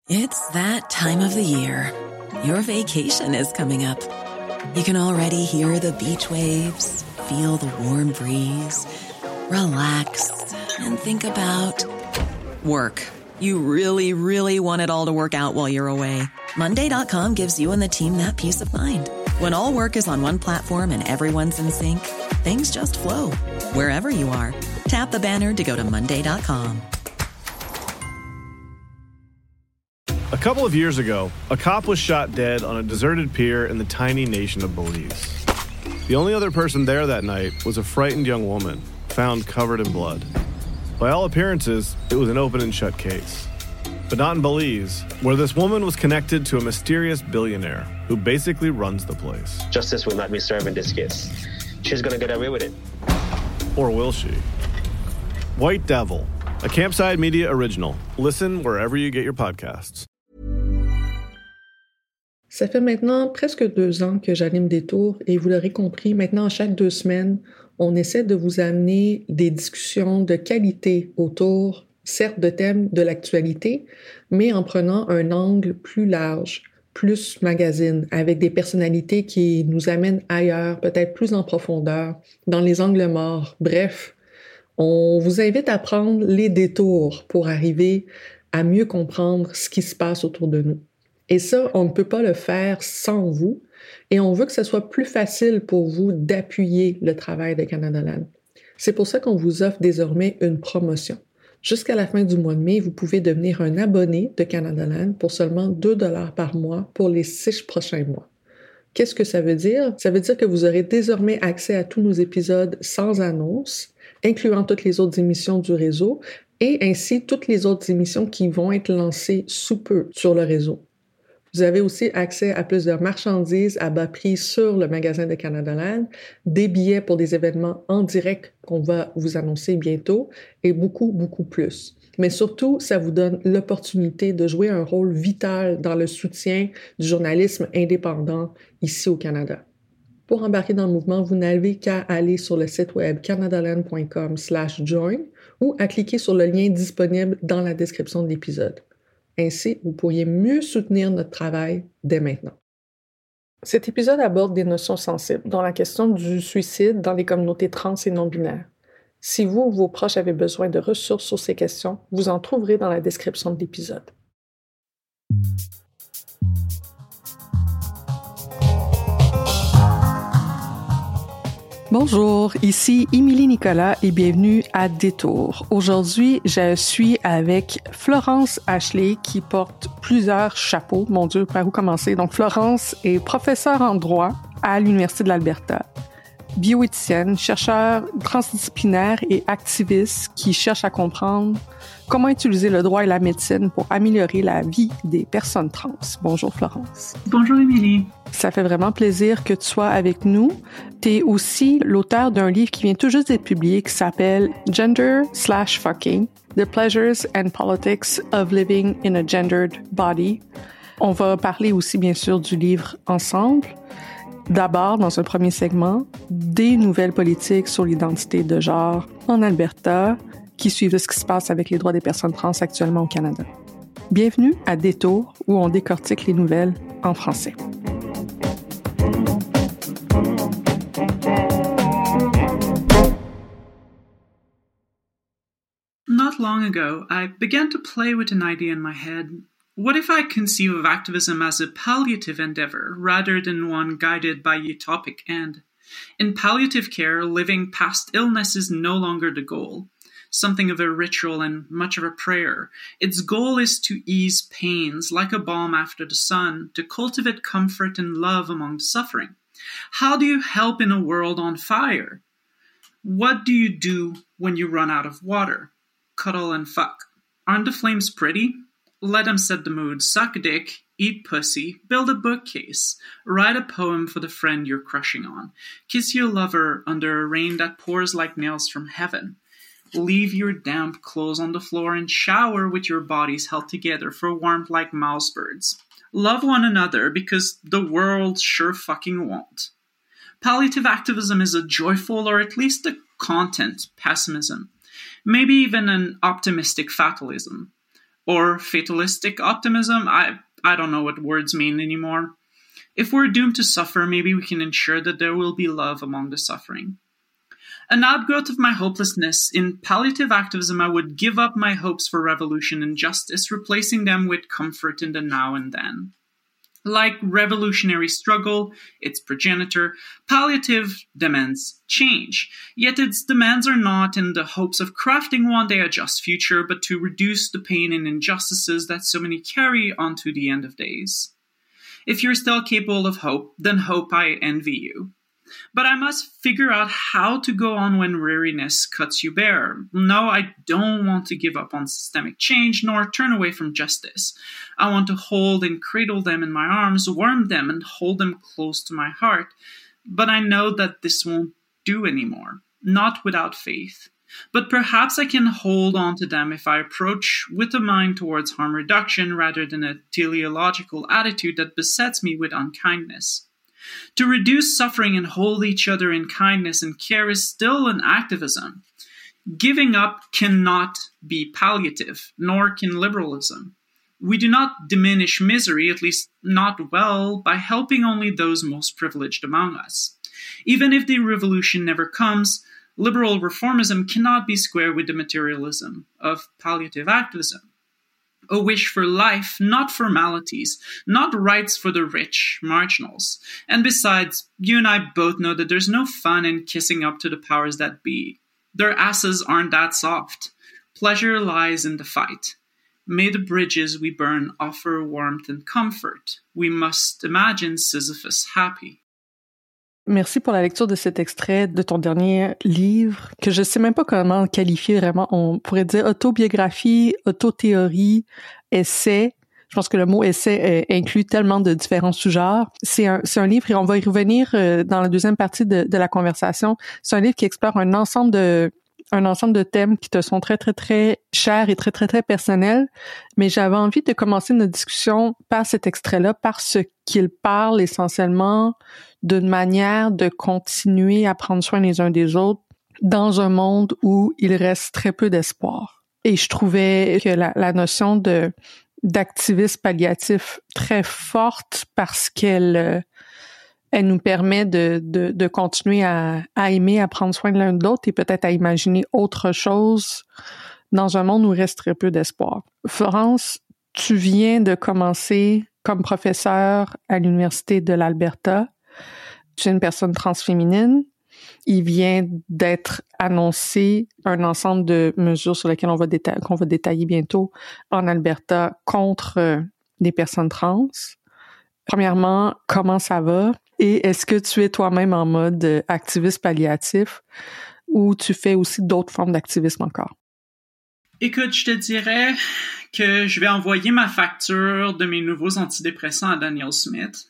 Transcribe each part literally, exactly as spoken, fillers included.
It's that time of the year. Your vacation is coming up. You can already hear the beach waves, feel the warm breeze, relax, and think about work. You really, really want it all to work out while you're away. Monday dot com gives you and the team that peace of mind. When all work is on one platform and everyone's in sync, things just flow. Wherever you are, tap the banner to go to Monday dot com. A couple of years ago, a cop was shot dead on a deserted pier in the tiny nation of Belize. The only other person there that night was a frightened young woman, found covered in blood. By all appearances, it was an open and shut case. But not in Belize, where this woman was connected to a mysterious billionaire who basically runs the place. Justice will not be served in this case. She's gonna get away with it. Or will she? White Devil, a Campside Media original. Listen wherever you get your podcasts. Ça fait maintenant presque deux ans que j'anime Détour et vous l'aurez compris, maintenant chaque deux semaines, on essaie de vous amener des discussions de qualité autour, certes de thèmes de l'actualité, mais en prenant un angle plus large, plus magazine, avec des personnalités qui nous amènent ailleurs, peut-être plus en profondeur, dans les angles morts. Bref, on vous invite à prendre les détours pour arriver à mieux comprendre ce qui se passe autour de nous. Et ça, on ne peut pas le faire sans vous. Et on veut que ce soit plus facile pour vous d'appuyer le travail de Canada Land. C'est pour ça qu'on vous offre désormais une promotion. Jusqu'à la fin du mois de mai, vous pouvez devenir un abonné de Canada Land pour seulement deux dollars par mois pour les six prochains mois. Qu'est-ce que ça veut dire? Ça veut dire que vous aurez désormais accès à tous nos épisodes sans annonce, incluant toutes les autres émissions du réseau et ainsi toutes les autres émissions qui vont être lancées sous peu sur le réseau. Vous avez aussi accès à plus de marchandises à bas prix sur le magasin de Canada Land, des billets pour des événements en direct qu'on va vous annoncer bientôt et beaucoup, beaucoup plus. Mais surtout, ça vous donne l'opportunité de jouer un rôle vital dans le soutien du journalisme indépendant ici au Canada. Pour embarquer dans le mouvement, vous n'avez qu'à aller sur le site web canadaland point com slash join ou à cliquer sur le lien disponible dans la description de l'épisode. Ainsi, vous pourriez mieux soutenir notre travail dès maintenant. Cet épisode aborde des notions sensibles, dont la question du suicide dans les communautés trans et non-binaires. Si vous ou vos proches avez besoin de ressources sur ces questions, vous en trouverez dans la description de l'épisode. Bonjour, ici Émilie Nicolas et bienvenue à Détour. Aujourd'hui, je suis avec Florence Ashley qui porte plusieurs chapeaux. Mon Dieu, par où commencer? Donc, Florence est professeure en droit à l'Université de l'Alberta, bioéthicienne, chercheur transdisciplinaire et activiste qui cherche à comprendre comment utiliser le droit et la médecine pour améliorer la vie des personnes trans. Bonjour Florence. Bonjour Émilie. Ça fait vraiment plaisir que tu sois avec nous. Tu es aussi l'auteur d'un livre qui vient tout juste d'être publié qui s'appelle Gender slash Fucking, The Pleasures and Politics of Living in a Gendered Body. On va parler aussi bien sûr du livre ensemble. D'abord, dans un premier segment, des nouvelles politiques sur l'identité de genre en Alberta qui suivent de ce qui se passe avec les droits des personnes trans actuellement au Canada. Bienvenue à Détour, où on décortique les nouvelles en français. Not long ago, I began to play with an idea in my head. What if I conceive of activism as a palliative endeavor rather than one guided by utopic end? In palliative care, living past illness is no longer the goal, something of a ritual and much of a prayer. Its goal is to ease pains like a balm after the sun, to cultivate comfort and love among the suffering. How do you help in a world on fire? What do you do when you run out of water? Cuddle and fuck. Aren't the flames pretty? Let them set the mood. Suck dick, eat pussy, build a bookcase, write a poem for the friend you're crushing on, kiss your lover under a rain that pours like nails from heaven, leave your damp clothes on the floor and shower with your bodies held together for warmth like mouse birds. Love one another because the world sure fucking won't. Palliative activism is a joyful or at least a content pessimism, maybe even an optimistic fatalism. or fatalistic optimism. I, I don't know what words mean anymore. If we're doomed to suffer, maybe we can ensure that there will be love among the suffering. An outgrowth of my hopelessness, in palliative activism, I would give up my hopes for revolution and justice, replacing them with comfort in the now and then. Like revolutionary struggle, its progenitor, palliative demands change. Yet its demands are not in the hopes of crafting one day a just future, but to reduce the pain and injustices that so many carry on to the end of days. If you're still capable of hope, then hope I envy you. But I must figure out how to go on when weariness cuts you bare. No, I don't want to give up on systemic change, nor turn away from justice. I want to hold and cradle them in my arms, warm them, and hold them close to my heart. But I know that this won't do anymore, not without faith. But perhaps I can hold on to them if I approach with a mind towards harm reduction rather than a teleological attitude that besets me with unkindness. To reduce suffering and hold each other in kindness and care is still an activism. Giving up cannot be palliative, nor can liberalism. We do not diminish misery, at least not well, by helping only those most privileged among us. Even if the revolution never comes, liberal reformism cannot be square with the materialism of palliative activism. A wish for life, not formalities, not rights for the rich, marginals. And besides, you and I both know that there's no fun in kissing up to the powers that be. Their asses aren't that soft. Pleasure lies in the fight. May the bridges we burn offer warmth and comfort. We must imagine Sisyphus happy. Merci pour la lecture de cet extrait de ton dernier livre, que je sais même pas comment qualifier vraiment. On pourrait dire autobiographie, autothéorie, essai. Je pense que le mot essai euh, inclut tellement de différents sous-genres. C'est un, c'est un livre, et on va y revenir euh, dans la deuxième partie de, de la conversation. C'est un livre qui explore un ensemble de un ensemble de thèmes qui te sont très, très, très chers et très, très, très personnels. Mais j'avais envie de commencer notre discussion par cet extrait-là, parce qu'il parle essentiellement d'une manière de continuer à prendre soin les uns des autres dans un monde où il reste très peu d'espoir. Et je trouvais que la, la notion de d'activisme palliatif très forte, parce qu'elle elle nous permet de, de, de continuer à, à aimer, à prendre soin de l'un de l'autre et peut-être à imaginer autre chose dans un monde où il reste très peu d'espoir. Florence, tu viens de commencer comme professeure à l'Université de l'Alberta. Tu es une personne transféminine. Il vient d'être annoncé un ensemble de mesures sur lesquelles on va déta- qu'on va détailler bientôt en Alberta contre euh, les personnes trans. Premièrement, comment ça va? Et est-ce que tu es toi-même en mode activiste palliatif ou tu fais aussi d'autres formes d'activisme encore? Écoute, je te dirais que je vais envoyer ma facture de mes nouveaux antidépressants à Daniel Smith.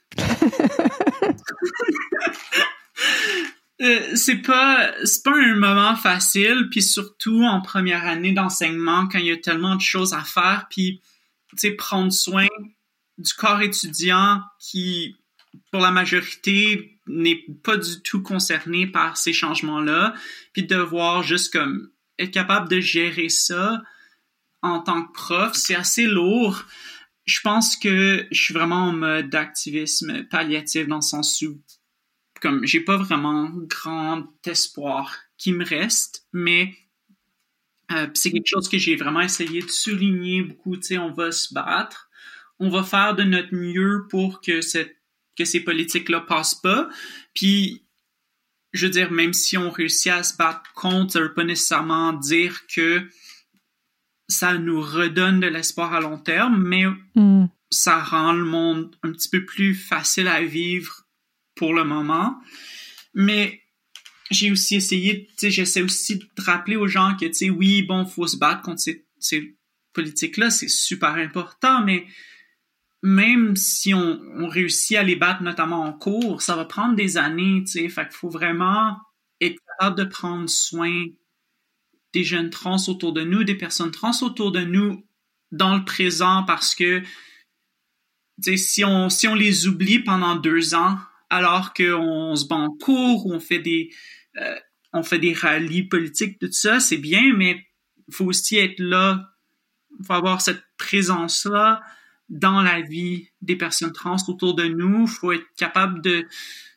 euh, c'est pas c'est pas un moment facile, puis surtout en première année d'enseignement quand il y a tellement de choses à faire, puis tu sais, prendre soin du corps étudiant qui, pour la majorité, n'est pas du tout concerné par ces changements-là, puis devoir juste comme être capable de gérer ça en tant que prof, c'est assez lourd. Je pense que je suis vraiment en mode d'activisme palliatif dans le sens où comme j'ai pas vraiment grand espoir qui me reste, mais euh, c'est quelque chose que j'ai vraiment essayé de souligner beaucoup. Tu sais, on va se battre, on va faire de notre mieux pour que cette que ces politiques-là passent pas. Puis, je veux dire, même si on réussit à se battre contre, ça veut pas nécessairement dire que ça nous redonne de l'espoir à long terme, mais mm. ça rend le monde un petit peu plus facile à vivre pour le moment. Mais j'ai aussi essayé, tu sais, j'essaie aussi de rappeler aux gens que, tu sais, oui, bon, faut se battre contre ces, ces politiques-là, c'est super important, mais même si on, on réussit à les battre, notamment en cours, ça va prendre des années, tu sais. Fait qu'il faut vraiment être capable de prendre soin des jeunes trans autour de nous, des personnes trans autour de nous dans le présent, parce que, tu sais, si on, si on les oublie pendant deux ans, alors qu'on se bat en cours, ou on fait des, euh, on fait des rallyes politiques, tout ça, c'est bien, mais il faut aussi être là faut avoir cette présence-là dans la vie des personnes trans autour de nous. Il faut être capable de,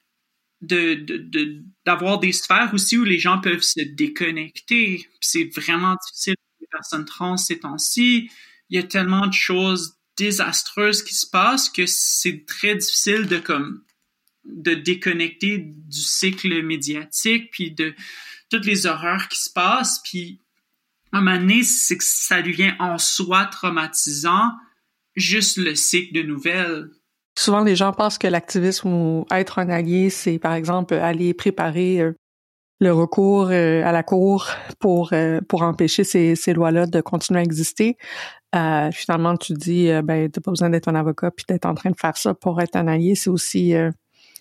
de, de, de, d'avoir des sphères aussi où les gens peuvent se déconnecter. C'est vraiment difficile pour les personnes trans ces temps-ci. Il y a tellement de choses désastreuses qui se passent que c'est très difficile de comme de déconnecter du cycle médiatique puis de toutes les horreurs qui se passent. Puis à un moment donné, c'est que ça devient en soi traumatisant, juste le cycle de nouvelles. Souvent, les gens pensent que l'activisme ou être un allié, c'est par exemple aller préparer euh, le recours euh, à la cour pour euh, pour empêcher ces, ces lois-là de continuer à exister. Euh, finalement, tu dis, euh, ben, t'as pas besoin d'être un avocat puis d'être en train de faire ça pour être un allié. C'est aussi euh,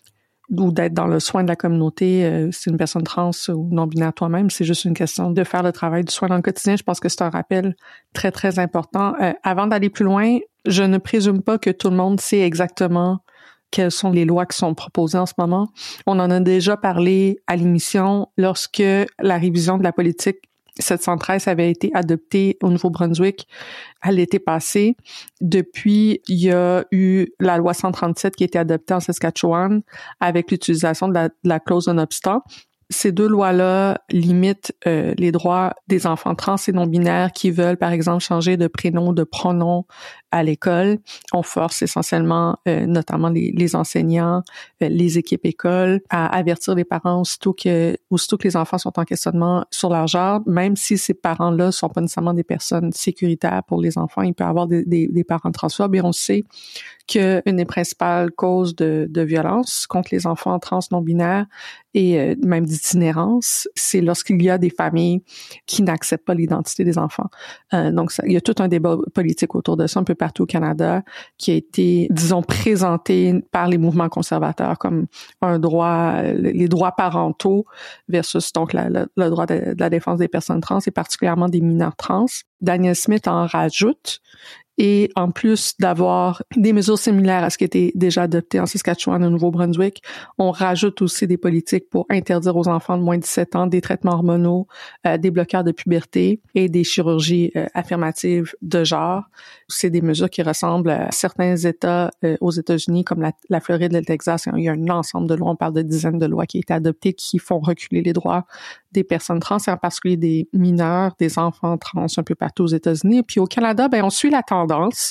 ou d'être dans le soin de la communauté, euh, c'est une personne trans ou non-binaire toi-même, c'est juste une question de faire le travail du soin dans le quotidien. Je pense que c'est un rappel très, très important. Euh, avant d'aller plus loin, je ne présume pas que tout le monde sait exactement quelles sont les lois qui sont proposées en ce moment. On en a déjà parlé à l'émission lorsque la révision de la politique sept cent treize avait été adoptée au Nouveau-Brunswick à l'été passé. Depuis, il y a eu la loi cent trente-sept qui a été adoptée en Saskatchewan avec l'utilisation de la, de la clause non-obstant. Ces deux lois-là limitent euh, les droits des enfants trans et non-binaires qui veulent, par exemple, changer de prénom, de pronom à l'école. On force essentiellement, euh, notamment les, les enseignants, euh, les équipes écoles, à avertir les parents aussitôt que, aussitôt que les enfants sont en questionnement sur leur genre, même si ces parents-là sont pas nécessairement des personnes sécuritaires pour les enfants. Il peut y avoir des, des, des parents transphobes et on sait qu'une des principales causes de, de violence contre les enfants trans non-binaires et euh, même d'itinérance, c'est lorsqu'il y a des familles qui n'acceptent pas l'identité des enfants. Euh, donc, ça, il y a tout un débat politique autour de ça, un peu partout au Canada, qui a été, disons, présenté par les mouvements conservateurs comme un droit, les droits parentaux versus donc la, la, le droit de, de la défense des personnes trans et particulièrement des mineurs trans. Daniel Smith en rajoute. Et en plus d'avoir des mesures similaires à ce qui était déjà adopté en Saskatchewan et au Nouveau-Brunswick, on rajoute aussi des politiques pour interdire aux enfants de moins de dix-sept ans des traitements hormonaux, euh, des bloqueurs de puberté et des chirurgies euh, affirmatives de genre. C'est des mesures qui ressemblent à certains États euh, aux États-Unis, comme la, la Floride et le Texas. Il y a un ensemble de lois, on parle de dizaines de lois qui ont été adoptées qui font reculer les droits des personnes trans, et en particulier des mineurs, des enfants trans un peu partout aux États-Unis. Puis au Canada, ben on suit la tendance.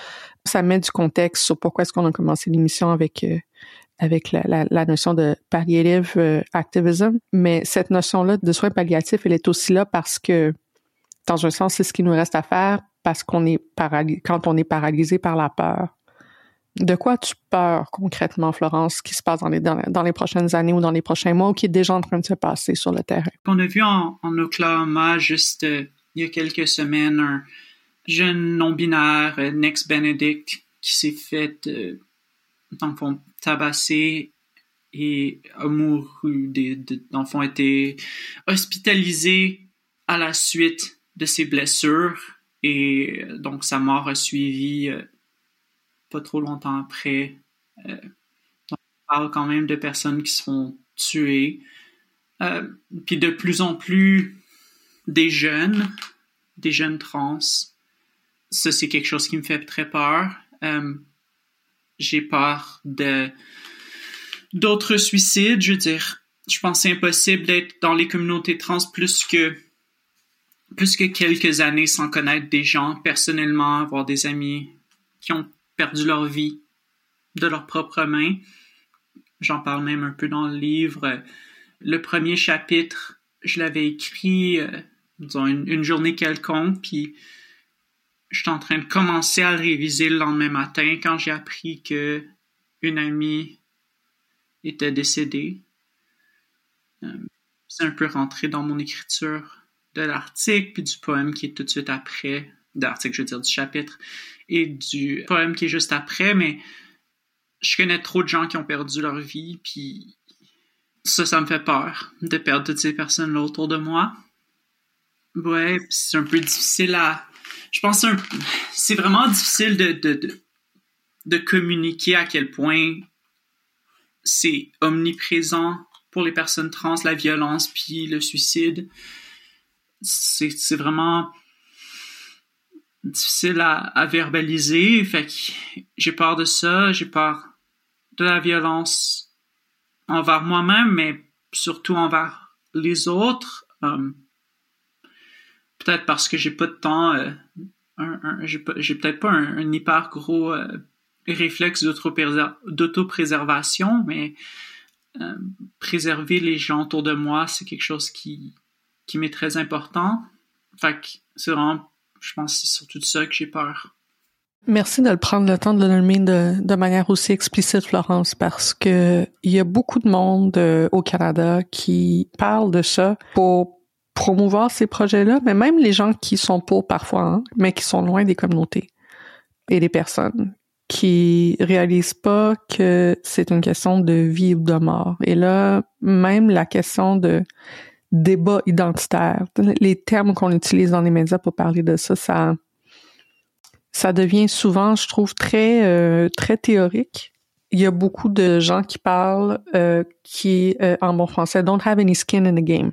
Ça met du contexte sur pourquoi est-ce qu'on a commencé l'émission avec euh, avec la, la, la notion de palliative euh, activism. Mais cette notion-là de soins palliatifs, elle est aussi là parce que, dans un sens, c'est ce qui nous reste à faire parce qu'on est paralysé, quand on est paralysé par la peur. De quoi as-tu peur concrètement, Florence, qui se passe dans les, dans, dans les prochaines années ou dans les prochains mois ou qui est déjà en train de se passer sur le terrain? On a vu en, en Oklahoma, juste euh, il y a quelques semaines, un jeune non-binaire, euh, Nex Benedict, qui s'est fait, euh, dans le fond, tabasser et a mouru, des, de, dans le fond, a été hospitalisé à la suite de ses blessures et euh, donc sa mort a suivi euh, pas trop longtemps après. Euh, on parle quand même de personnes qui se font tuer. Euh, puis de plus en plus des jeunes, des jeunes trans. Ça, c'est quelque chose qui me fait très peur. Euh, j'ai peur de d'autres suicides. Je veux dire, je pense que c'est impossible d'être dans les communautés trans plus que plus que quelques années sans connaître des gens personnellement, avoir des amis qui ont perdu leur vie de leurs propres mains. J'en parle même un peu dans le livre. Le premier chapitre, je l'avais écrit, euh, disons, une, une journée quelconque, puis j'étais en train de commencer à le réviser le lendemain matin quand j'ai appris que une amie était décédée. Euh, c'est un peu rentré dans mon écriture de l'article, puis du poème qui est tout de suite après, de l'article, je veux dire, du chapitre, et du poème qui est juste après, mais je connais trop de gens qui ont perdu leur vie, puis ça, ça me fait peur de perdre toutes ces personnes-là autour de moi. Ouais, puis c'est un peu difficile à... Je pense que c'est, un... c'est vraiment difficile de, de, de, de communiquer à quel point c'est omniprésent pour les personnes trans, la violence, puis le suicide. C'est, c'est vraiment... difficile à, à verbaliser. Fait que j'ai peur de ça, j'ai peur de la violence envers moi-même, mais surtout envers les autres. Euh, peut-être parce que j'ai pas de temps, euh, un, un, j'ai, pas, j'ai peut-être pas un, un hyper gros euh, réflexe d'autopréservation, mais euh, préserver les gens autour de moi, c'est quelque chose qui, qui m'est très important. Fait que c'est vraiment, je pense que c'est surtout de ça que j'ai peur. Merci de le prendre le temps de le nommer de, de manière aussi explicite, Florence, parce que il y a beaucoup de monde euh, au Canada qui parle de ça pour promouvoir ces projets-là, mais même les gens qui sont pour parfois, hein, mais qui sont loin des communautés et des personnes, qui réalisent pas que c'est une question de vie ou de mort. Et là, même la question de débat identitaire, les termes qu'on utilise dans les médias pour parler de ça, ça, ça devient souvent, je trouve, très, euh, très théorique. Il y a beaucoup de gens qui parlent, euh, qui, euh, en bon français, don't have any skin in the game.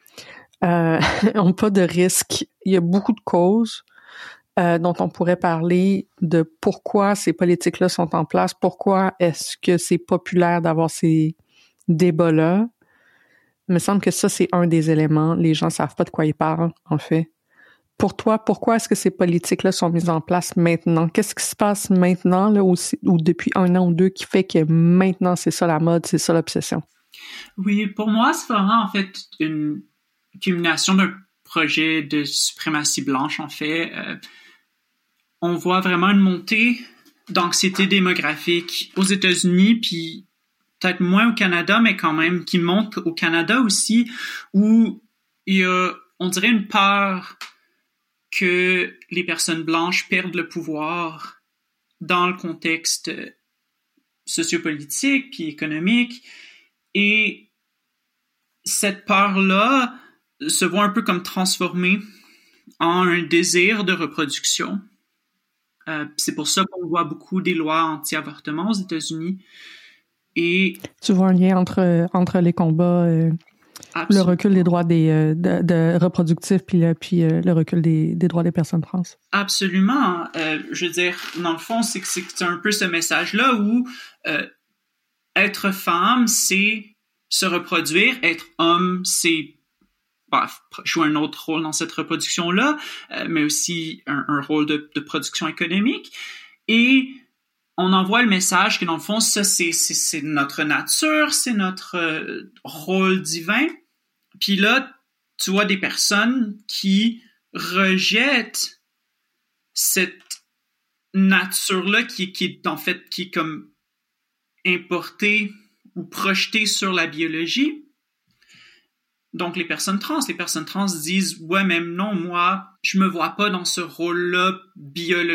Euh, ont pas de risque. Il y a beaucoup de causes euh, dont on pourrait parler de pourquoi ces politiques-là sont en place, pourquoi est-ce que c'est populaire d'avoir ces débats-là. Il me semble que ça, c'est un des éléments. Les gens savent pas de quoi ils parlent, en fait. Pour toi, pourquoi est-ce que ces politiques-là sont mises en place maintenant? Qu'est-ce qui se passe maintenant, là, ou, ou depuis un an ou deux, qui fait que maintenant, c'est ça la mode, c'est ça l'obsession? Oui, pour moi, c'est vraiment, en fait, une culmination d'un projet de suprématie blanche, en fait. Euh, on voit vraiment une montée d'anxiété démographique aux États-Unis, puis peut-être moins au Canada, mais quand même, qui monte au Canada aussi, où il y a, on dirait, une peur que les personnes blanches perdent le pouvoir dans le contexte sociopolitique puis économique. Et cette peur-là se voit un peu comme transformée en un désir de reproduction. Euh, c'est pour ça qu'on voit beaucoup des lois anti-avortement aux États-Unis. Et tu vois un lien entre, entre les combats, euh, le recul des droits des, euh, de, de reproductifs puis, le, puis euh, le recul des, des droits des personnes trans. Absolument. Euh, je veux dire, dans le fond, c'est que c'est un peu ce message-là où euh, être femme, c'est se reproduire, être homme, c'est bah, jouer un autre rôle dans cette reproduction-là, euh, mais aussi un, un rôle de, de production économique. Et on envoie le message que, dans le fond, ça, c'est, c'est, c'est notre nature, c'est notre euh, rôle divin. Puis là, tu vois des personnes qui rejettent cette nature-là qui, qui est, en fait, qui est comme importée ou projetée sur la biologie. Donc, les personnes trans, les personnes trans disent « Ouais, même non, moi, je me vois pas dans ce rôle-là biologique. »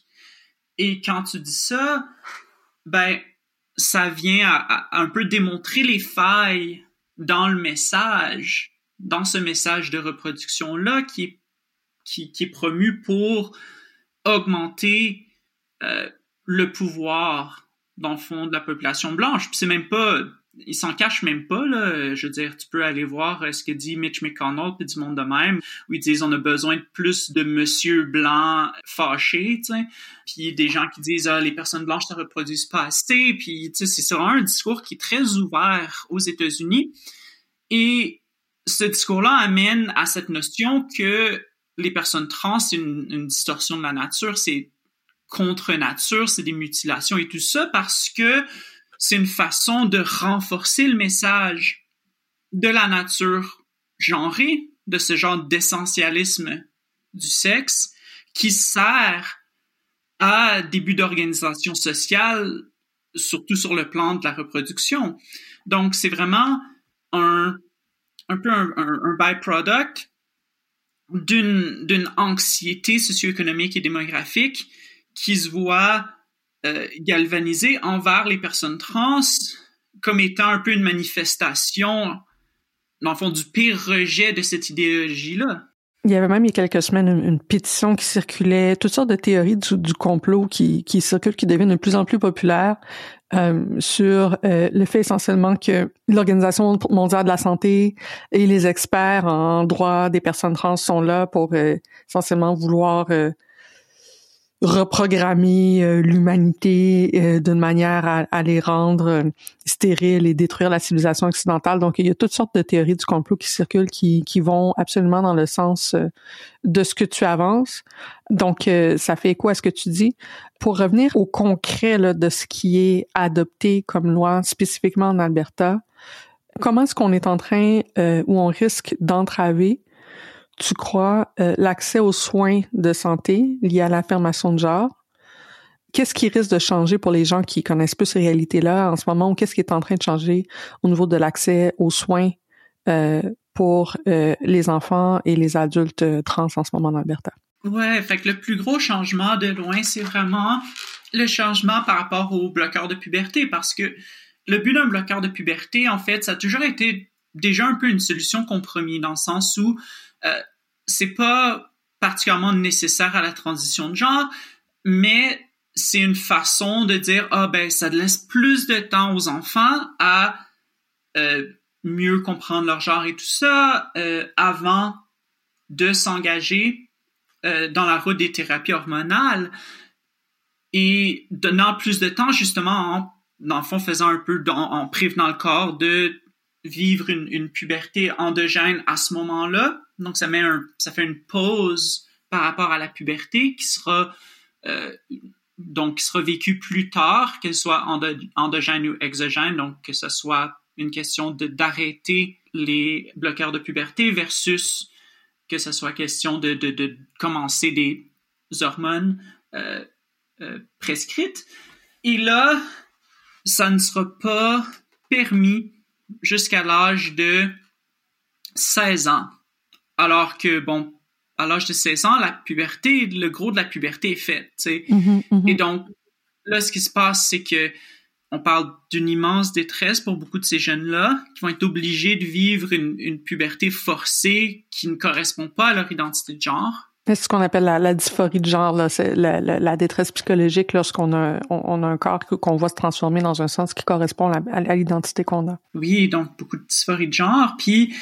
Et quand tu dis ça, ben, ça vient à, à un peu démontrer les failles dans le message, dans ce message de reproduction-là qui est, qui, qui est promu pour augmenter euh, le pouvoir, dans le fond, de la population blanche. Puis c'est même pas... Ils s'en cachent même pas, là. Je veux dire, tu peux aller voir ce que dit Mitch McConnell puis du monde de même, où ils disent on a besoin de plus de monsieur blanc fâchés, tu sais. Puis des gens qui disent ah, les personnes blanches ne se reproduisent pas assez. Puis, tu sais, c'est vraiment un discours qui est très ouvert aux États-Unis. Et ce discours-là amène à cette notion que les personnes trans, c'est une, une distorsion de la nature, c'est contre nature, c'est des mutilations et tout ça, parce que c'est une façon de renforcer le message de la nature genrée, de ce genre d'essentialisme du sexe qui sert à des buts d'organisation sociale, surtout sur le plan de la reproduction. Donc, c'est vraiment un, un peu un, un, un byproduct d'une, d'une anxiété socio-économique et démographique qui se voit Euh, galvanisé envers les personnes trans comme étant un peu une manifestation, dans le fond, du pire rejet de cette idéologie-là. Il y avait même il y a quelques semaines une, une pétition qui circulait, toutes sortes de théories du, du complot qui, qui circulent, qui deviennent de plus en plus populaires euh, sur euh, le fait essentiellement que l'Organisation mondiale de la santé et les experts en droit des personnes trans sont là pour euh, essentiellement vouloir euh, reprogrammer euh, l'humanité euh, d'une manière à, à les rendre euh, stériles et détruire la civilisation occidentale. Donc, il y a toutes sortes de théories du complot qui circulent qui, qui vont absolument dans le sens euh, de ce que tu avances. Donc, euh, ça fait écho à ce que tu dis. Pour revenir au concret là, de ce qui est adopté comme loi spécifiquement en Alberta, comment est-ce qu'on est en train euh, ou on risque d'entraver, tu crois, euh, l'accès aux soins de santé liés à l'affirmation de genre? Qu'est-ce qui risque de changer pour les gens qui connaissent plus ces réalités-là en ce moment, ou qu'est-ce qui est en train de changer au niveau de l'accès aux soins euh, pour euh, les enfants et les adultes trans en ce moment en Alberta? Ouais, fait que le plus gros changement de loin, c'est vraiment le changement par rapport aux bloqueurs de puberté, parce que le but d'un bloqueur de puberté, en fait, ça a toujours été déjà un peu une solution compromis, dans le sens où euh, c'est pas particulièrement nécessaire à la transition de genre, mais c'est une façon de dire « Ah, ben, ça laisse plus de temps aux enfants à euh, mieux comprendre leur genre et tout ça euh, avant de s'engager euh, dans la route des thérapies hormonales et donnant plus de temps, justement, en, dans le fond, faisant un peu, en, en prévenant le corps de vivre une, une puberté endogène à ce moment-là. Donc, ça met un, ça fait une pause par rapport à la puberté qui sera, euh, donc, qui sera vécue plus tard, qu'elle soit endo, endogène ou exogène, donc que ce soit une question de, d'arrêter les bloqueurs de puberté versus que ce soit question de, de, de commencer des hormones euh, euh, prescrites. Et là, ça ne sera pas permis jusqu'à l'âge de seize ans. Alors que, bon, à l'âge de seize ans, la puberté, le gros de la puberté est fait, tu sais. Mm-hmm, mm-hmm. Et donc, là, ce qui se passe, c'est que on parle d'une immense détresse pour beaucoup de ces jeunes-là qui vont être obligés de vivre une, une puberté forcée qui ne correspond pas à leur identité de genre. C'est ce qu'on appelle la, la dysphorie de genre, là. C'est la, la, la détresse psychologique lorsqu'on a, on, on a un corps qu'on voit se transformer dans un sens qui correspond à, à, à l'identité qu'on a. Oui, donc beaucoup de dysphorie de genre. Puis,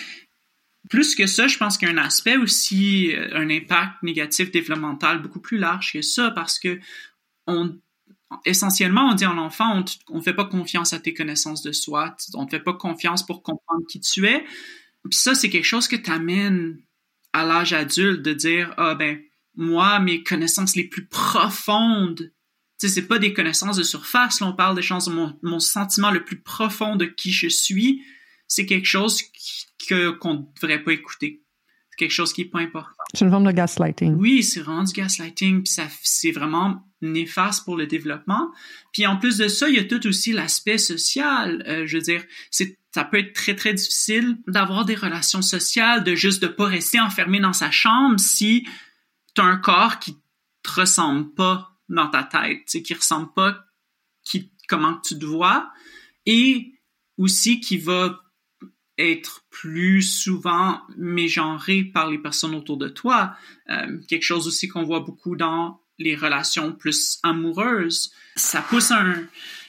plus que ça, je pense qu'il y a un aspect aussi, un impact négatif développemental beaucoup plus large que ça, parce que on, essentiellement, on dit à l'enfant, on ne fait pas confiance à tes connaissances de soi, on ne te fait pas confiance pour comprendre qui tu es. Puis ça, c'est quelque chose que tu amènes à l'âge adulte, de dire, ah ben, moi, mes connaissances les plus profondes, tu sais, c'est pas des connaissances de surface, là, on parle des choses de mon, mon sentiment le plus profond de qui je suis, c'est quelque chose qui, que, qu'on ne devrait pas écouter. C'est quelque chose qui n'est pas important. C'est une forme de gaslighting. Oui, c'est vraiment du gaslighting, puis ça, c'est vraiment néfaste pour le développement. Puis en plus de ça, il y a tout aussi l'aspect social. Euh, je veux dire, c'est, ça peut être très, très difficile d'avoir des relations sociales, de juste de pas rester enfermé dans sa chambre si tu as un corps qui te ressemble pas dans ta tête, tu sais, qui ressemble pas qui, comment tu te vois, et aussi qui va être plus souvent mégenré par les personnes autour de toi. Euh, quelque chose aussi qu'on voit beaucoup dans les relations plus amoureuses. Ça pousse un,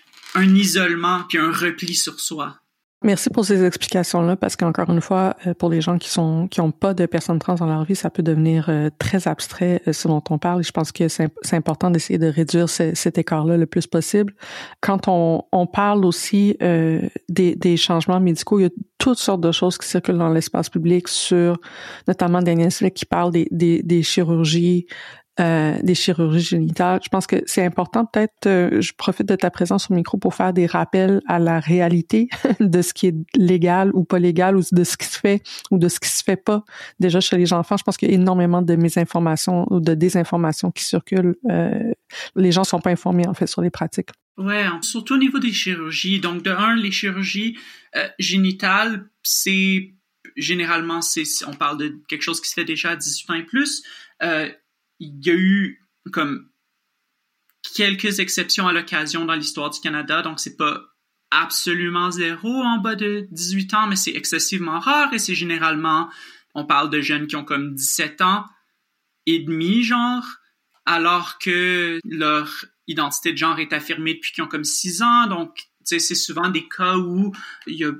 un isolement puis un repli sur soi. Merci pour ces explications-là, parce qu'encore une fois, pour les gens qui sont qui ont pas de personnes trans dans leur vie, ça peut devenir euh, très abstrait, euh, ce dont on parle. Et je pense que c'est, c'est important d'essayer de réduire ce, cet écart-là le plus possible. Quand on, on parle aussi euh, des, des changements médicaux, il y a toutes sortes de choses qui circulent dans l'espace public sur, notamment Daniel Slick qui parle des, des, des chirurgies, Euh, des chirurgies génitales. Je pense que c'est important, peut-être, euh, je profite de ta présence au micro pour faire des rappels à la réalité de ce qui est légal ou pas légal, ou de ce qui se fait ou de ce qui se fait pas déjà chez les enfants. Je pense qu'il y a énormément de mésinformations ou de désinformations qui circulent. Euh, les gens sont pas informés, en fait, sur les pratiques. Ouais, surtout au niveau des chirurgies. Donc, de un, les chirurgies euh, génitales, c'est généralement, c'est, on parle de quelque chose qui se fait déjà à dix-huit ans et plus. Euh, Il y a eu comme quelques exceptions à l'occasion dans l'histoire du Canada, donc c'est pas absolument zéro en bas de dix-huit ans, mais c'est excessivement rare et c'est généralement, on parle de jeunes qui ont comme dix-sept ans et demi, genre, alors que leur identité de genre est affirmée depuis qu'ils ont comme six ans, donc tu sais, c'est souvent des cas où il y a,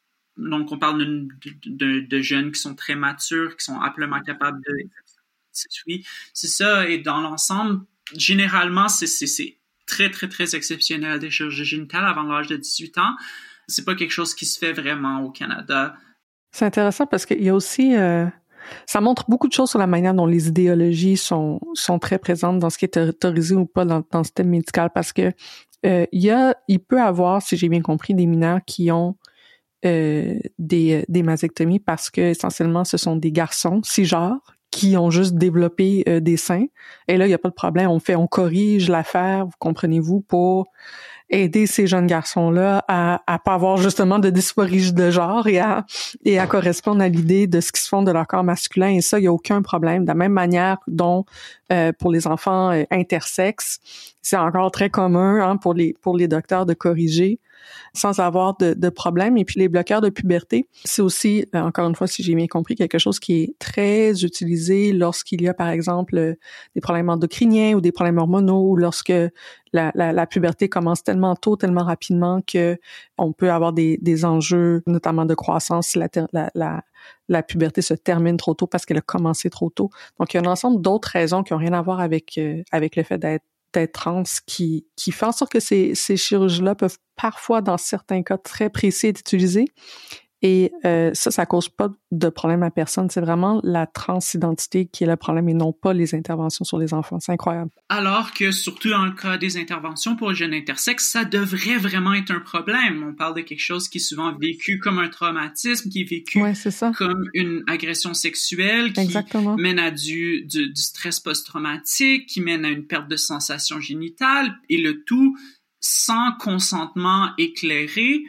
donc on parle de, de, de jeunes qui sont très matures, qui sont amplement capables de... Oui, c'est ça. Et dans l'ensemble, généralement, c'est, c'est, c'est très, très, très exceptionnel des chirurgies génitales avant l'âge de dix-huit ans. C'est pas quelque chose qui se fait vraiment au Canada. C'est intéressant parce qu'il y a aussi... Euh, ça montre beaucoup de choses sur la manière dont les idéologies sont, sont très présentes dans ce qui est autorisé ou pas dans, dans le système médical, parce que euh, il y a, il peut avoir, si j'ai bien compris, des mineurs qui ont euh, des, des mastectomies parce que essentiellement ce sont des garçons cisgenres qui ont juste développé euh, des seins. Et là, il n'y a pas de problème. On fait, on corrige l'affaire, vous comprenez-vous, pour aider ces jeunes garçons-là à, à pas avoir justement de dysphorie de genre et à, et à correspondre à l'idée de ce qui se font de leur corps masculin. Et ça, il n'y a aucun problème. De la même manière dont euh, pour les enfants euh, intersexes, c'est encore très commun hein, pour les pour les docteurs de corriger sans avoir de, de problème. Et puis les bloqueurs de puberté, c'est aussi, euh, encore une fois, si j'ai bien compris, quelque chose qui est très utilisé lorsqu'il y a, par exemple, euh, des problèmes endocriniens ou des problèmes hormonaux, ou lorsque la, la, la puberté commence tellement tôt, tellement rapidement que on peut avoir des, des enjeux, notamment de croissance, si la, la, la, la puberté se termine trop tôt parce qu'elle a commencé trop tôt. Donc, il y a un ensemble d'autres raisons qui n'ont rien à voir avec, euh, avec le fait d'être d'être trans qui, qui fait en sorte que ces, ces chirurgies-là peuvent parfois, dans certains cas très précis, être utilisés. Et euh, ça, ça cause pas de problème à personne. C'est vraiment la transidentité qui est le problème et non pas les interventions sur les enfants. C'est incroyable. Alors que, surtout en cas des interventions pour les jeunes intersexes, ça devrait vraiment être un problème. On parle de quelque chose qui est souvent vécu comme un traumatisme, qui est vécu ouais, c'est ça. comme une agression sexuelle, qui Exactement. mène à du, du, du stress post-traumatique, qui mène à une perte de sensation génitale, et le tout sans consentement éclairé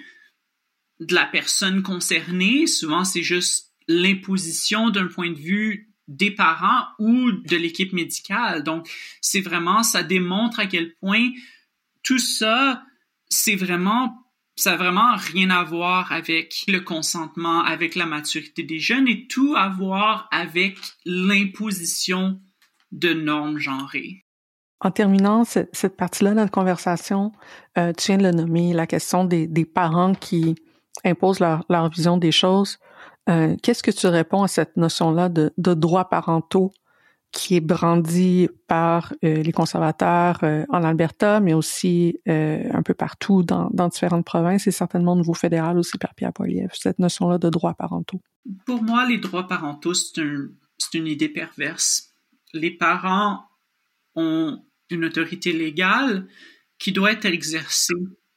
de la personne concernée. Souvent, c'est juste l'imposition d'un point de vue des parents ou de l'équipe médicale. Donc, c'est vraiment, ça démontre à quel point tout ça, c'est vraiment, ça n'a vraiment rien à voir avec le consentement, avec la maturité des jeunes, et tout à voir avec l'imposition de normes genrées. En terminant cette, cette partie-là de notre conversation, euh, tu viens de le nommer, la question des, des parents qui imposent leur, leur vision des choses. Euh, qu'est-ce que tu réponds à cette notion-là de, de droits parentaux qui est brandie par euh, les conservateurs euh, en Alberta, mais aussi euh, un peu partout dans, dans différentes provinces et certainement au niveau fédéral aussi par Pierre Poilievre, cette notion-là de droits parentaux? Pour moi, les droits parentaux, c'est, un, c'est une idée perverse. Les parents ont une autorité légale qui doit être exercée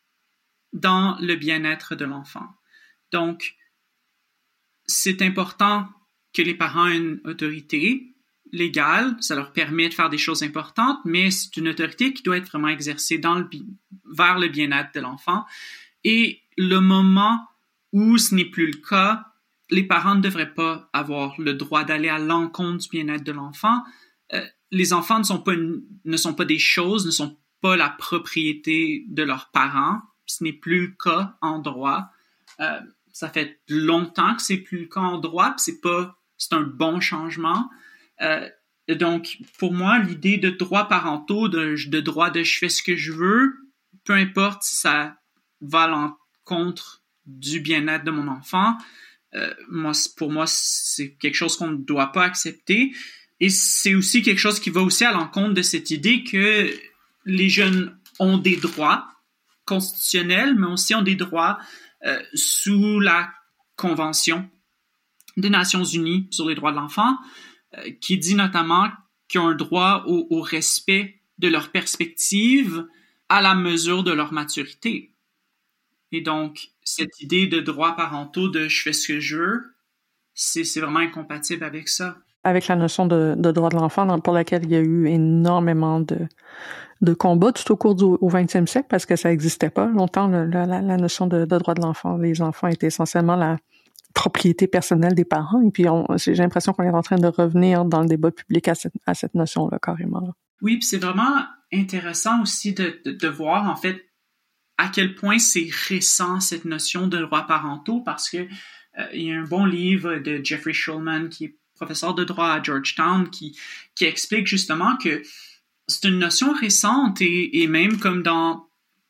dans le bien-être de l'enfant. Donc, c'est important que les parents aient une autorité légale, ça leur permet de faire des choses importantes, mais c'est une autorité qui doit être vraiment exercée dans le, vers le bien-être de l'enfant. Et le moment où ce n'est plus le cas, les parents ne devraient pas avoir le droit d'aller à l'encontre du bien-être de l'enfant. Euh, les enfants ne sont pas une, ne sont pas des choses, ne sont pas la propriété de leurs parents. Ce n'est plus le cas en droit. Euh, ça fait longtemps que c'est plus le cas en droit, puis c'est pas, c'est un bon changement. Euh, donc, pour moi, l'idée de droits parentaux, de, de droit de je fais ce que je veux, peu importe si ça va à l'encontre du bien-être de mon enfant, euh, moi, pour moi, c'est quelque chose qu'on ne doit pas accepter. Et c'est aussi quelque chose qui va aussi à l'encontre de cette idée que les jeunes ont des droits constitutionnels, mais aussi ont des droits euh, sous la Convention des Nations Unies sur les droits de l'enfant, euh, qui dit notamment qu'ils ont un droit au, au respect de leur perspective à la mesure de leur maturité. Et donc, cette idée de droits parentaux, de « je fais ce que je veux », c'est, c'est vraiment incompatible avec ça. Avec la notion de, de droit de l'enfant, pour laquelle il y a eu énormément de, de combats tout au cours du au vingtième siècle, parce que ça n'existait pas longtemps, le, la, la notion de, de droit de l'enfant. Les enfants étaient essentiellement la propriété personnelle des parents, et puis on, j'ai l'impression qu'on est en train de revenir dans le débat public à cette, à cette notion-là, carrément. Là. Oui, puis c'est vraiment intéressant aussi de, de, de voir, en fait, à quel point c'est récent, cette notion de droits parentaux, parce que euh, il y a un bon livre de Jeffrey Shulman, qui est professeur de droit à Georgetown, qui, qui explique justement que c'est une notion récente et, et même comme dans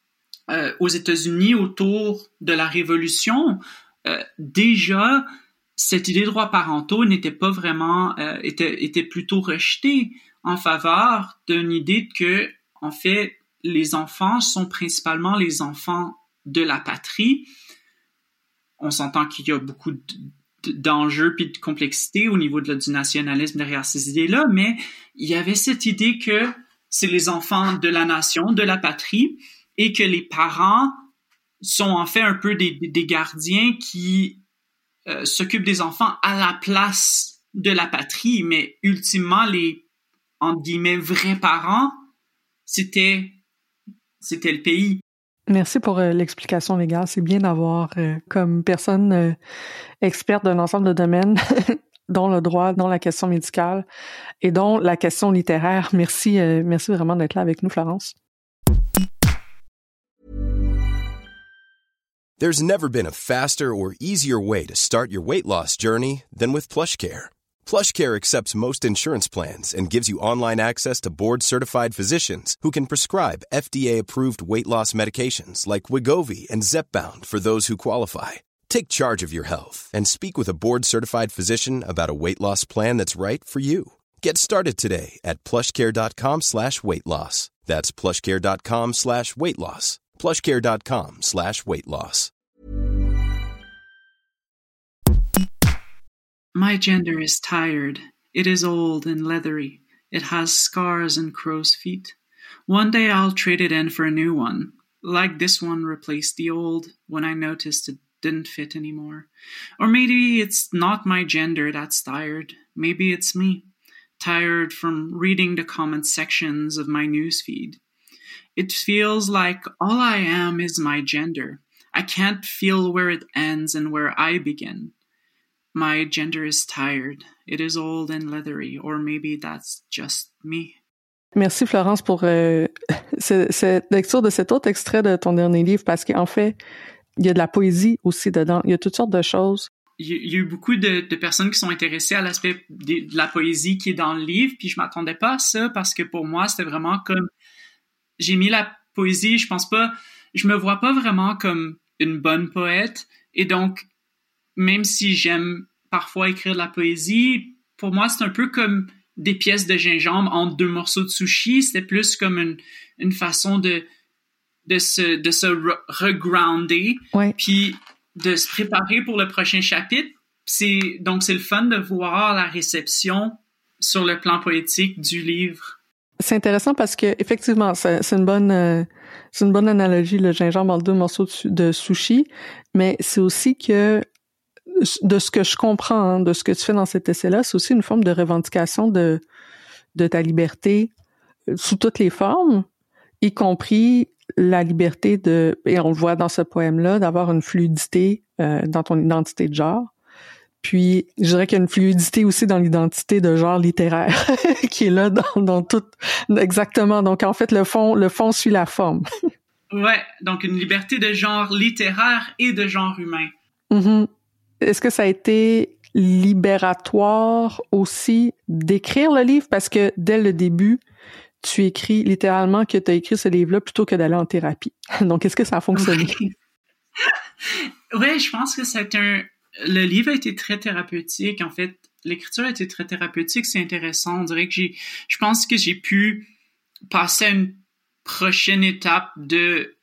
euh, aux États-Unis autour de la Révolution, euh, déjà cette idée de droits parentaux n'était pas vraiment euh, était, était plutôt rejetée. en faveur d'une idée que, en fait, les enfants sont principalement les enfants de la patrie. On s'entend qu'il y a beaucoup de, de, d'enjeux puis de complexité au niveau de, du nationalisme derrière ces idées-là, mais il y avait cette idée que c'est les enfants de la nation, de la patrie, et que les parents sont en fait un peu des, des gardiens qui euh, s'occupent des enfants à la place de la patrie, mais ultimement, les, entre guillemets, vrais parents, c'était, c'était le pays. Merci pour euh, l'explication, les gars. C'est bien d'avoir, euh, comme personne euh, experte d'un ensemble de domaines, dont le droit, dont la question médicale et dont la question littéraire. Merci, euh, merci vraiment d'être là avec nous, Florence. There's never been a faster or easier way to start your weight loss journey than with PlushCare. PlushCare accepts most insurance plans and gives you online access to board-certified physicians who can prescribe F D A-approved weight loss medications like Wegovy and Zepbound for those who qualify. Take charge of your health and speak with a board-certified physician about a weight loss plan that's right for you. Get started today at plushcare.com slash weight loss. That's plushcare.com slash weight loss. plushcare.com slash weight loss. My gender is tired. It is old and leathery. It has scars and crow's feet. One day I'll trade it in for a new one. Like this one replaced the old when I noticed it didn't fit anymore. Or maybe it's not my gender that's tired. Maybe it's me, tired from reading the comment sections of my newsfeed. It feels like all I am is my gender. I can't feel where it ends and where I begin. My gender is tired. It is old and leathery, or maybe that's just me. Merci Florence pour euh, cette lecture de cet autre extrait de ton dernier livre, parce qu'en fait, il y a de la poésie aussi dedans. Il y a toutes sortes de choses. Il y a eu beaucoup de, de personnes qui sont intéressées à l'aspect de, de la poésie qui est dans le livre, puis je m'attendais pas à ça, parce que pour moi, c'était vraiment comme... J'ai mis la poésie, je pense pas... Je me vois pas vraiment comme une bonne poète, et donc... Même si j'aime parfois écrire de la poésie, pour moi, c'est un peu comme des pièces de gingembre entre deux morceaux de sushi. C'était plus comme une, une façon de, de se, de se re- regrounder, ouais. Puis de se préparer pour le prochain chapitre. C'est, donc, c'est le fun de voir la réception sur le plan poétique du livre. C'est intéressant parce que effectivement, c'est, c'est une bonne, euh, c'est une bonne analogie, le gingembre entre deux morceaux de, de sushi, mais c'est aussi que de ce que je comprends, hein, de ce que tu fais dans cet essai-là, c'est aussi une forme de revendication de, de ta liberté sous toutes les formes, y compris la liberté de, et on le voit dans ce poème-là, d'avoir une fluidité euh, dans ton identité de genre. Puis, je dirais qu'il y a une fluidité aussi dans l'identité de genre littéraire qui est là dans, dans tout, exactement. Donc, en fait, le fond, le fond suit la forme. Ouais, donc une liberté de genre littéraire et de genre humain. Mm-hmm. Est-ce que ça a été libératoire aussi d'écrire le livre? Parce que dès le début, tu écris littéralement que tu as écrit ce livre-là plutôt que d'aller en thérapie. Donc, est-ce que ça a fonctionné? Oui, je pense que c'est un... Le livre a été très thérapeutique. En fait, l'écriture a été très thérapeutique. C'est intéressant. On dirait que j'ai... Je pense que j'ai pu passer à une prochaine étape de...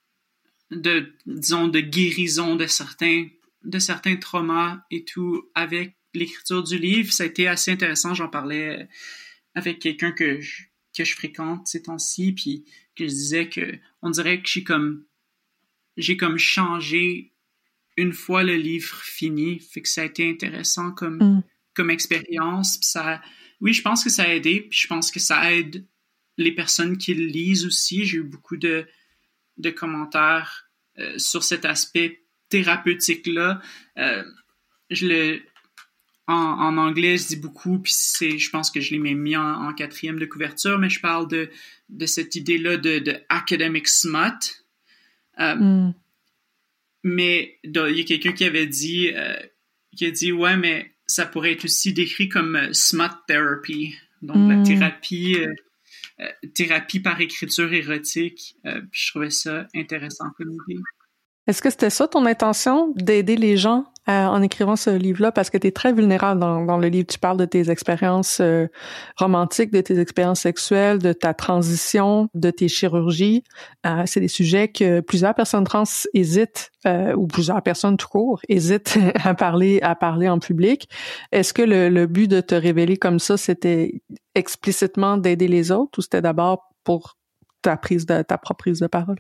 de disons, de guérison de certains... de certains traumas et tout avec l'écriture du livre. Ça a été assez intéressant. J'en parlais avec quelqu'un que je, que je fréquente ces temps-ci, puis que je disais que on dirait que j'ai comme j'ai comme changé une fois le livre fini. Fait que ça a été intéressant comme, mm. comme expérience. Puis ça, oui, je pense que ça a aidé. Puis je pense que ça aide les personnes qui le lisent aussi. J'ai eu beaucoup de, de commentaires euh, sur cet aspect thérapeutique-là. Euh, je le, en, en anglais, je dis beaucoup, puis c'est, je pense que je l'ai même mis en, en quatrième de couverture, mais je parle de, de cette idée-là de, de academic smut. Euh, mm. Mais il y a quelqu'un qui avait dit, euh, qui a dit, ouais, mais ça pourrait être aussi décrit comme euh, smut therapy, donc mm. la thérapie, euh, euh, thérapie par écriture érotique. Euh, puis je trouvais ça intéressant comme idée. Est-ce que c'était ça ton intention, d'aider les gens euh, en écrivant ce livre-là? Parce que tu es très vulnérable dans, dans le livre. Tu parles de tes expériences euh, romantiques, de tes expériences sexuelles, de ta transition, de tes chirurgies. Euh, c'est des sujets que plusieurs personnes trans hésitent, euh, ou plusieurs personnes tout court, hésitent à parler, à parler en public. Est-ce que le, le but de te révéler comme ça, c'était explicitement d'aider les autres, ou c'était d'abord pour ta prise de ta propre prise de parole?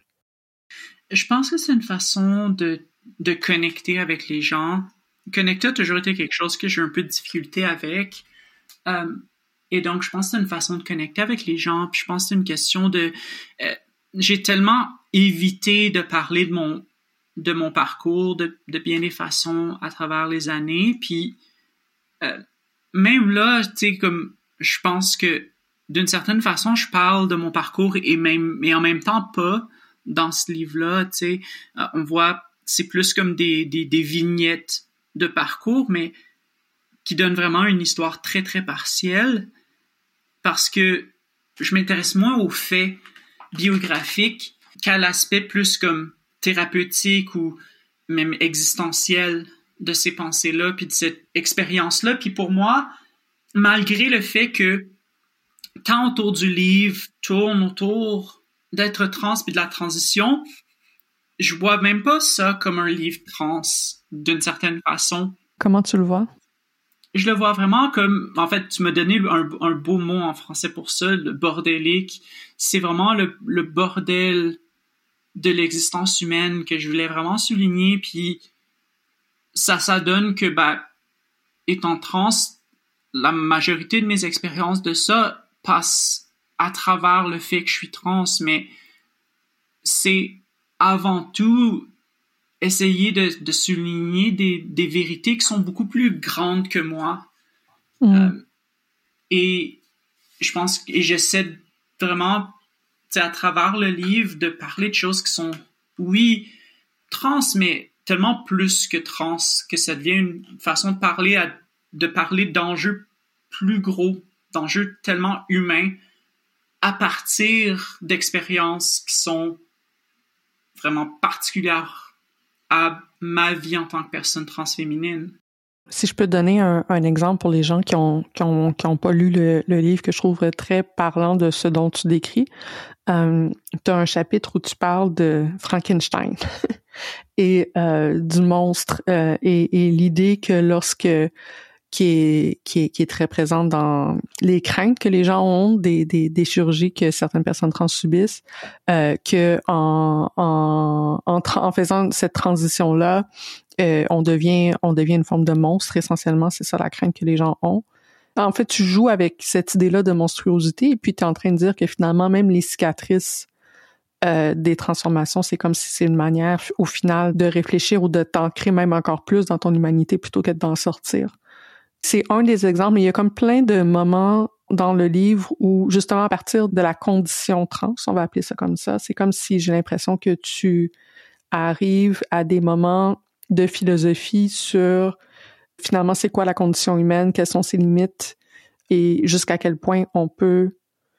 Je pense que c'est une façon de, de connecter avec les gens. Connecter a toujours été quelque chose que j'ai un peu de difficulté avec. Euh, et donc, je pense que c'est une façon de connecter avec les gens. Puis je pense que c'est une question de... Euh, j'ai tellement évité de parler de mon, de mon parcours de, de bien des façons à travers les années. Puis euh, même là, tu sais, comme je pense que d'une certaine façon, je parle de mon parcours et, même, et en même temps pas. Dans ce livre-là, tu sais, euh, on voit, c'est plus comme des, des, des vignettes de parcours, mais qui donnent vraiment une histoire très, très partielle, parce que je m'intéresse moins aux faits biographiques qu'à l'aspect plus comme thérapeutique ou même existentiel de ces pensées-là, puis de cette expérience-là. Puis pour moi, malgré le fait que tant autour du livre tourne autour d'être trans puis de la transition, je vois même pas ça comme un livre trans d'une certaine façon. Comment tu le vois? Je le vois vraiment comme, en fait, tu m'as donné un, un beau mot en français pour ça, le bordélique. C'est vraiment le, le bordel de l'existence humaine que je voulais vraiment souligner, puis ça, ça donne que, ben, étant trans, la majorité de mes expériences de ça passent à travers le fait que je suis trans, mais c'est avant tout essayer de, de souligner des, des vérités qui sont beaucoup plus grandes que moi. Mm. Euh, et je pense que j'essaie vraiment, à travers le livre, de parler de choses qui sont, oui, trans, mais tellement plus que trans, que ça devient une façon de parler, à, de parler d'enjeux plus gros, d'enjeux tellement humains, à partir d'expériences qui sont vraiment particulières à ma vie en tant que personne transféminine. Si je peux te donner un, un exemple pour les gens qui ont qui ont qui ont pas lu le, le livre, que je trouve très parlant de ce dont tu décris, euh, tu as un chapitre où tu parles de Frankenstein et euh, du monstre euh, et, et l'idée que lorsque qui est, qui est, qui est très présente dans les craintes que les gens ont des, des, des chirurgies que certaines personnes trans subissent, euh, que en, en, en, en faisant cette transition-là, euh, on devient, on devient une forme de monstre, essentiellement, c'est ça la crainte que les gens ont. En fait, tu joues avec cette idée-là de monstruosité et puis tu es en train de dire que finalement, même les cicatrices euh, des transformations, c'est comme si c'est une manière, au final, de réfléchir ou de t'ancrer même encore plus dans ton humanité plutôt que d'en sortir. C'est un des exemples, mais il y a comme plein de moments dans le livre où, justement, à partir de la condition trans, on va appeler ça comme ça, c'est comme si j'ai l'impression que tu arrives à des moments de philosophie sur, finalement, c'est quoi la condition humaine, quelles sont ses limites et jusqu'à quel point on peut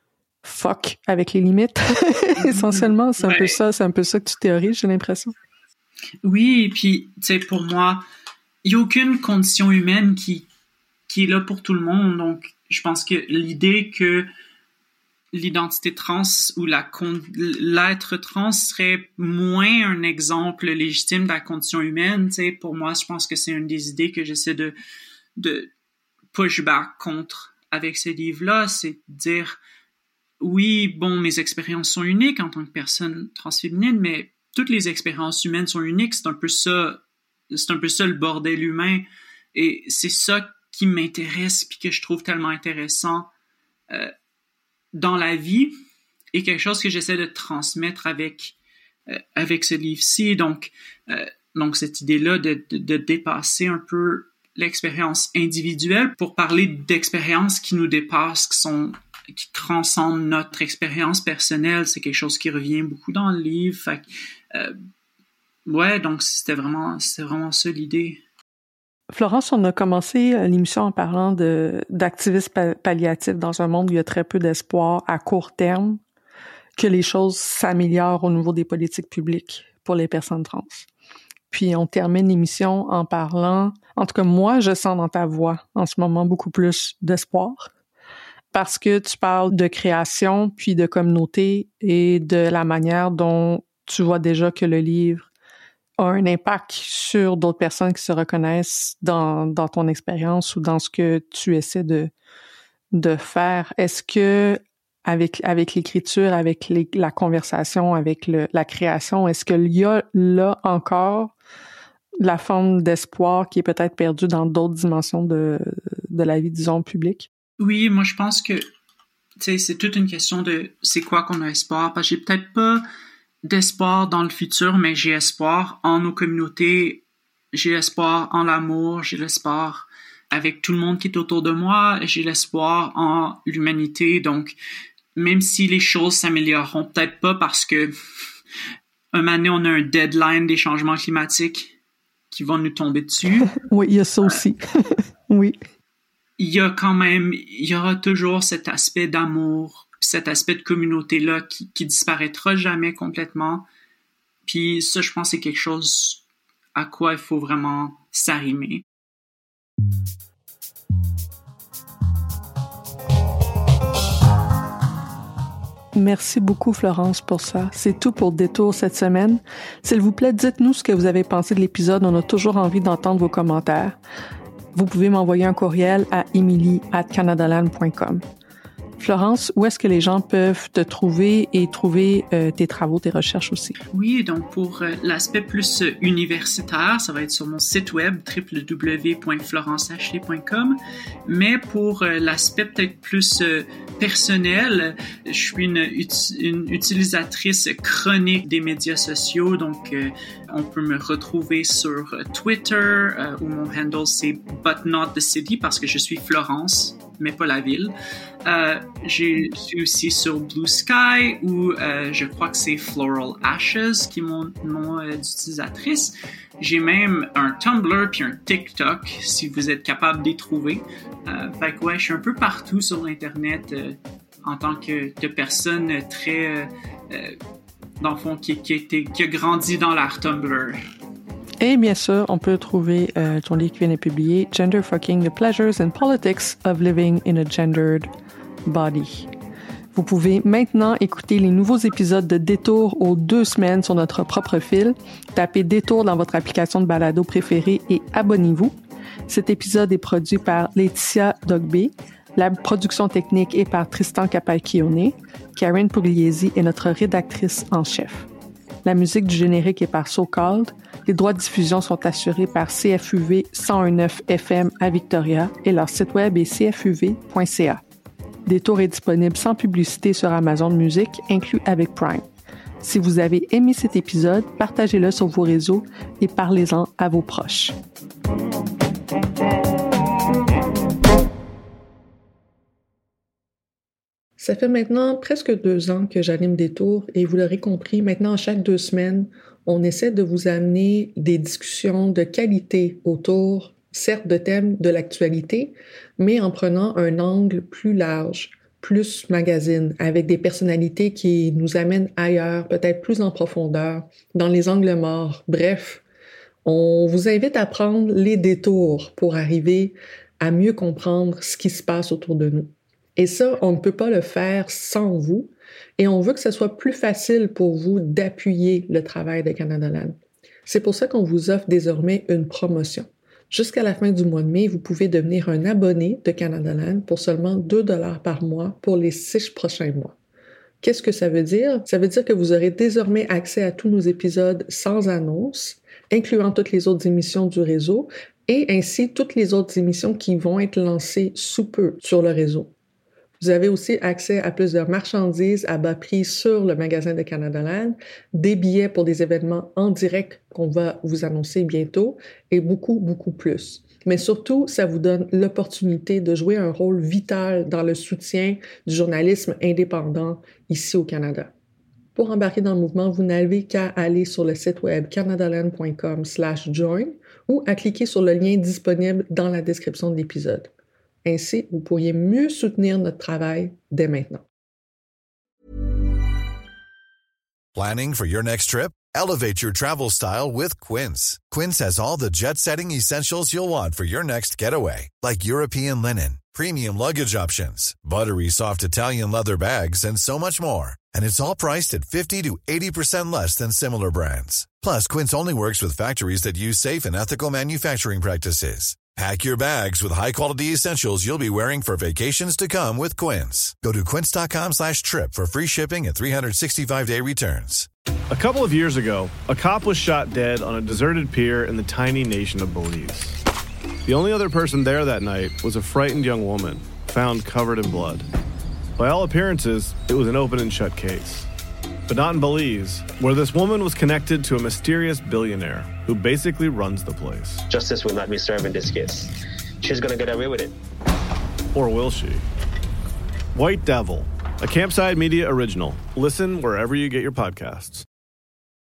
fuck avec les limites. Essentiellement, c'est un ouais. peu ça, c'est un peu ça que tu théorises, j'ai l'impression. Oui, et puis, tu sais, pour moi, il n'y a aucune condition humaine qui qui est là pour tout le monde. Donc, je pense que l'idée que l'identité trans ou la con- l'être trans serait moins un exemple légitime de la condition humaine, tu sais, pour moi, je pense que c'est une des idées que j'essaie de, de push back contre avec ce livre-là, c'est de dire, oui, bon, mes expériences sont uniques en tant que personne transféminine, mais toutes les expériences humaines sont uniques, c'est un peu ça, c'est un peu ça le bordel humain, et c'est ça qui m'intéresse puis que je trouve tellement intéressant euh, dans la vie et quelque chose que j'essaie de transmettre avec euh, avec ce livre-ci. Donc, euh, donc cette idée-là de, de, de dépasser un peu l'expérience individuelle pour parler d'expériences qui nous dépassent, qui sont qui transcendent notre expérience personnelle, c'est quelque chose qui revient beaucoup dans le livre. Fait que, euh, ouais, donc c'était vraiment c'était vraiment ça l'idée. Florence, on a commencé l'émission en parlant de d'activisme palliatif dans un monde où il y a très peu d'espoir à court terme que les choses s'améliorent au niveau des politiques publiques pour les personnes trans. Puis on termine l'émission en parlant, en tout cas moi, je sens dans ta voix en ce moment beaucoup plus d'espoir parce que tu parles de création puis de communauté et de la manière dont tu vois déjà que le livre a un impact sur d'autres personnes qui se reconnaissent dans, dans ton expérience ou dans ce que tu essaies de, de faire. Est-ce que avec, avec l'écriture, avec les, la conversation, avec le, la création, est-ce qu'il y a là encore la forme d'espoir qui est peut-être perdue dans d'autres dimensions de, de la vie, disons, publique? Oui, moi je pense que c'est toute une question de c'est quoi qu'on a espoir, parce que j'ai peut-être pas d'espoir dans le futur, mais j'ai espoir en nos communautés, j'ai espoir en l'amour, j'ai l'espoir avec tout le monde qui est autour de moi, j'ai l'espoir en l'humanité. Donc, même si les choses s'amélioreront peut-être pas parce que un moment donné, on a un deadline des changements climatiques qui vont nous tomber dessus. Oui, il y a ça aussi. Oui. Il y a quand même, il y aura toujours cet aspect d'amour, cet aspect de communauté-là qui, qui disparaîtra jamais complètement. Puis ça, je pense que c'est quelque chose à quoi il faut vraiment s'arrimer. Merci beaucoup, Florence, pour ça. C'est tout pour Détour cette semaine. S'il vous plaît, dites-nous ce que vous avez pensé de l'épisode. On a toujours envie d'entendre vos commentaires. Vous pouvez m'envoyer un courriel à emily at canadaland point com. Florence, où est-ce que les gens peuvent te trouver et trouver euh, tes travaux, tes recherches aussi? Oui, donc pour euh, l'aspect plus euh, universitaire, ça va être sur mon site web w w w point florence ashley point com. Mais pour euh, l'aspect peut-être plus euh, personnel, je suis une, ut- une utilisatrice chronique des médias sociaux, donc euh, on peut me retrouver sur euh, Twitter, euh, où mon handle c'est but not the city, parce que je suis Florence, mais pas la ville. Euh, je suis aussi sur Blue Sky, où euh, je crois que c'est Floral Ashes qui est mon nom euh, d'utilisatrice. J'ai même un Tumblr puis un TikTok, si vous êtes capable d'y trouver. Euh, fait que ouais, je suis un peu partout sur l'Internet euh, en tant que, que personne très, euh, euh, dans le fond, qui, qui, a été, qui a grandi dans l'art Tumblr. Et bien sûr, on peut trouver euh, ton livre qui vient de publier, Gender Fucking, The Pleasures and Politics of Living in a Gendered Body. Vous pouvez maintenant écouter les nouveaux épisodes de Détour aux deux semaines sur notre propre fil. Tapez Détour dans votre application de balado préférée et abonnez-vous. Cet épisode est produit par Laetitia Dogbe. La production technique est par Tristan Capalchione. Karen Pugliesi est notre rédactrice en chef. La musique du générique est par So Called. Les droits de diffusion sont assurés par C F U V cent un virgule neuf F M à Victoria et leur site web est c f u v point c a. Détour est disponible sans publicité sur Amazon Music, inclus avec Prime. Si vous avez aimé cet épisode, partagez-le sur vos réseaux et parlez-en à vos proches. Ça fait maintenant presque deux ans que j'anime Détour et vous l'aurez compris, maintenant chaque deux semaines, on essaie de vous amener des discussions de qualité autour, certes de thèmes de l'actualité, mais en prenant un angle plus large, plus magazine, avec des personnalités qui nous amènent ailleurs, peut-être plus en profondeur, dans les angles morts. Bref, on vous invite à prendre les détours pour arriver à mieux comprendre ce qui se passe autour de nous. Et ça, on ne peut pas le faire sans vous. Et on veut que ce soit plus facile pour vous d'appuyer le travail de Canadaland. C'est pour ça qu'on vous offre désormais une promotion. Jusqu'à la fin du mois de mai, vous pouvez devenir un abonné de Canadaland pour seulement deux dollars par mois pour les six prochains mois. Qu'est-ce que ça veut dire? Ça veut dire que vous aurez désormais accès à tous nos épisodes sans annonce, incluant toutes les autres émissions du réseau et ainsi toutes les autres émissions qui vont être lancées sous peu sur le réseau. Vous avez aussi accès à plusieurs marchandises à bas prix sur le magasin de Canadaland, des billets pour des événements en direct qu'on va vous annoncer bientôt et beaucoup, beaucoup plus. Mais surtout, ça vous donne l'opportunité de jouer un rôle vital dans le soutien du journalisme indépendant ici au Canada. Pour embarquer dans le mouvement, vous n'avez qu'à aller sur le site web canadaland point com slash join ou à cliquer sur le lien disponible dans la description de l'épisode. Ainsi, vous pourriez mieux soutenir notre travail dès maintenant. Planning for your next trip? Elevate your travel style with Quince. Quince has all the jet-setting essentials you'll want for your next getaway, like European linen, premium luggage options, buttery soft Italian leather bags, and so much more. And it's all priced at fifty to eighty percent less than similar brands. Plus, Quince only works with factories that use safe and ethical manufacturing practices. Pack your bags with high-quality essentials you'll be wearing for vacations to come with Quince. Go to quince.com slash trip for free shipping and three sixty-five day returns. A couple of years ago, a cop was shot dead on a deserted pier in the tiny nation of Belize. The only other person there that night was a frightened young woman, found covered in blood. By all appearances, it was an open and shut case. But not in Belize, where this woman was connected to a mysterious billionaire who basically runs the place. Justice will not be served in this case. She's gonna get away with it. Or will she? White Devil, a Campside Media original. Listen wherever you get your podcasts.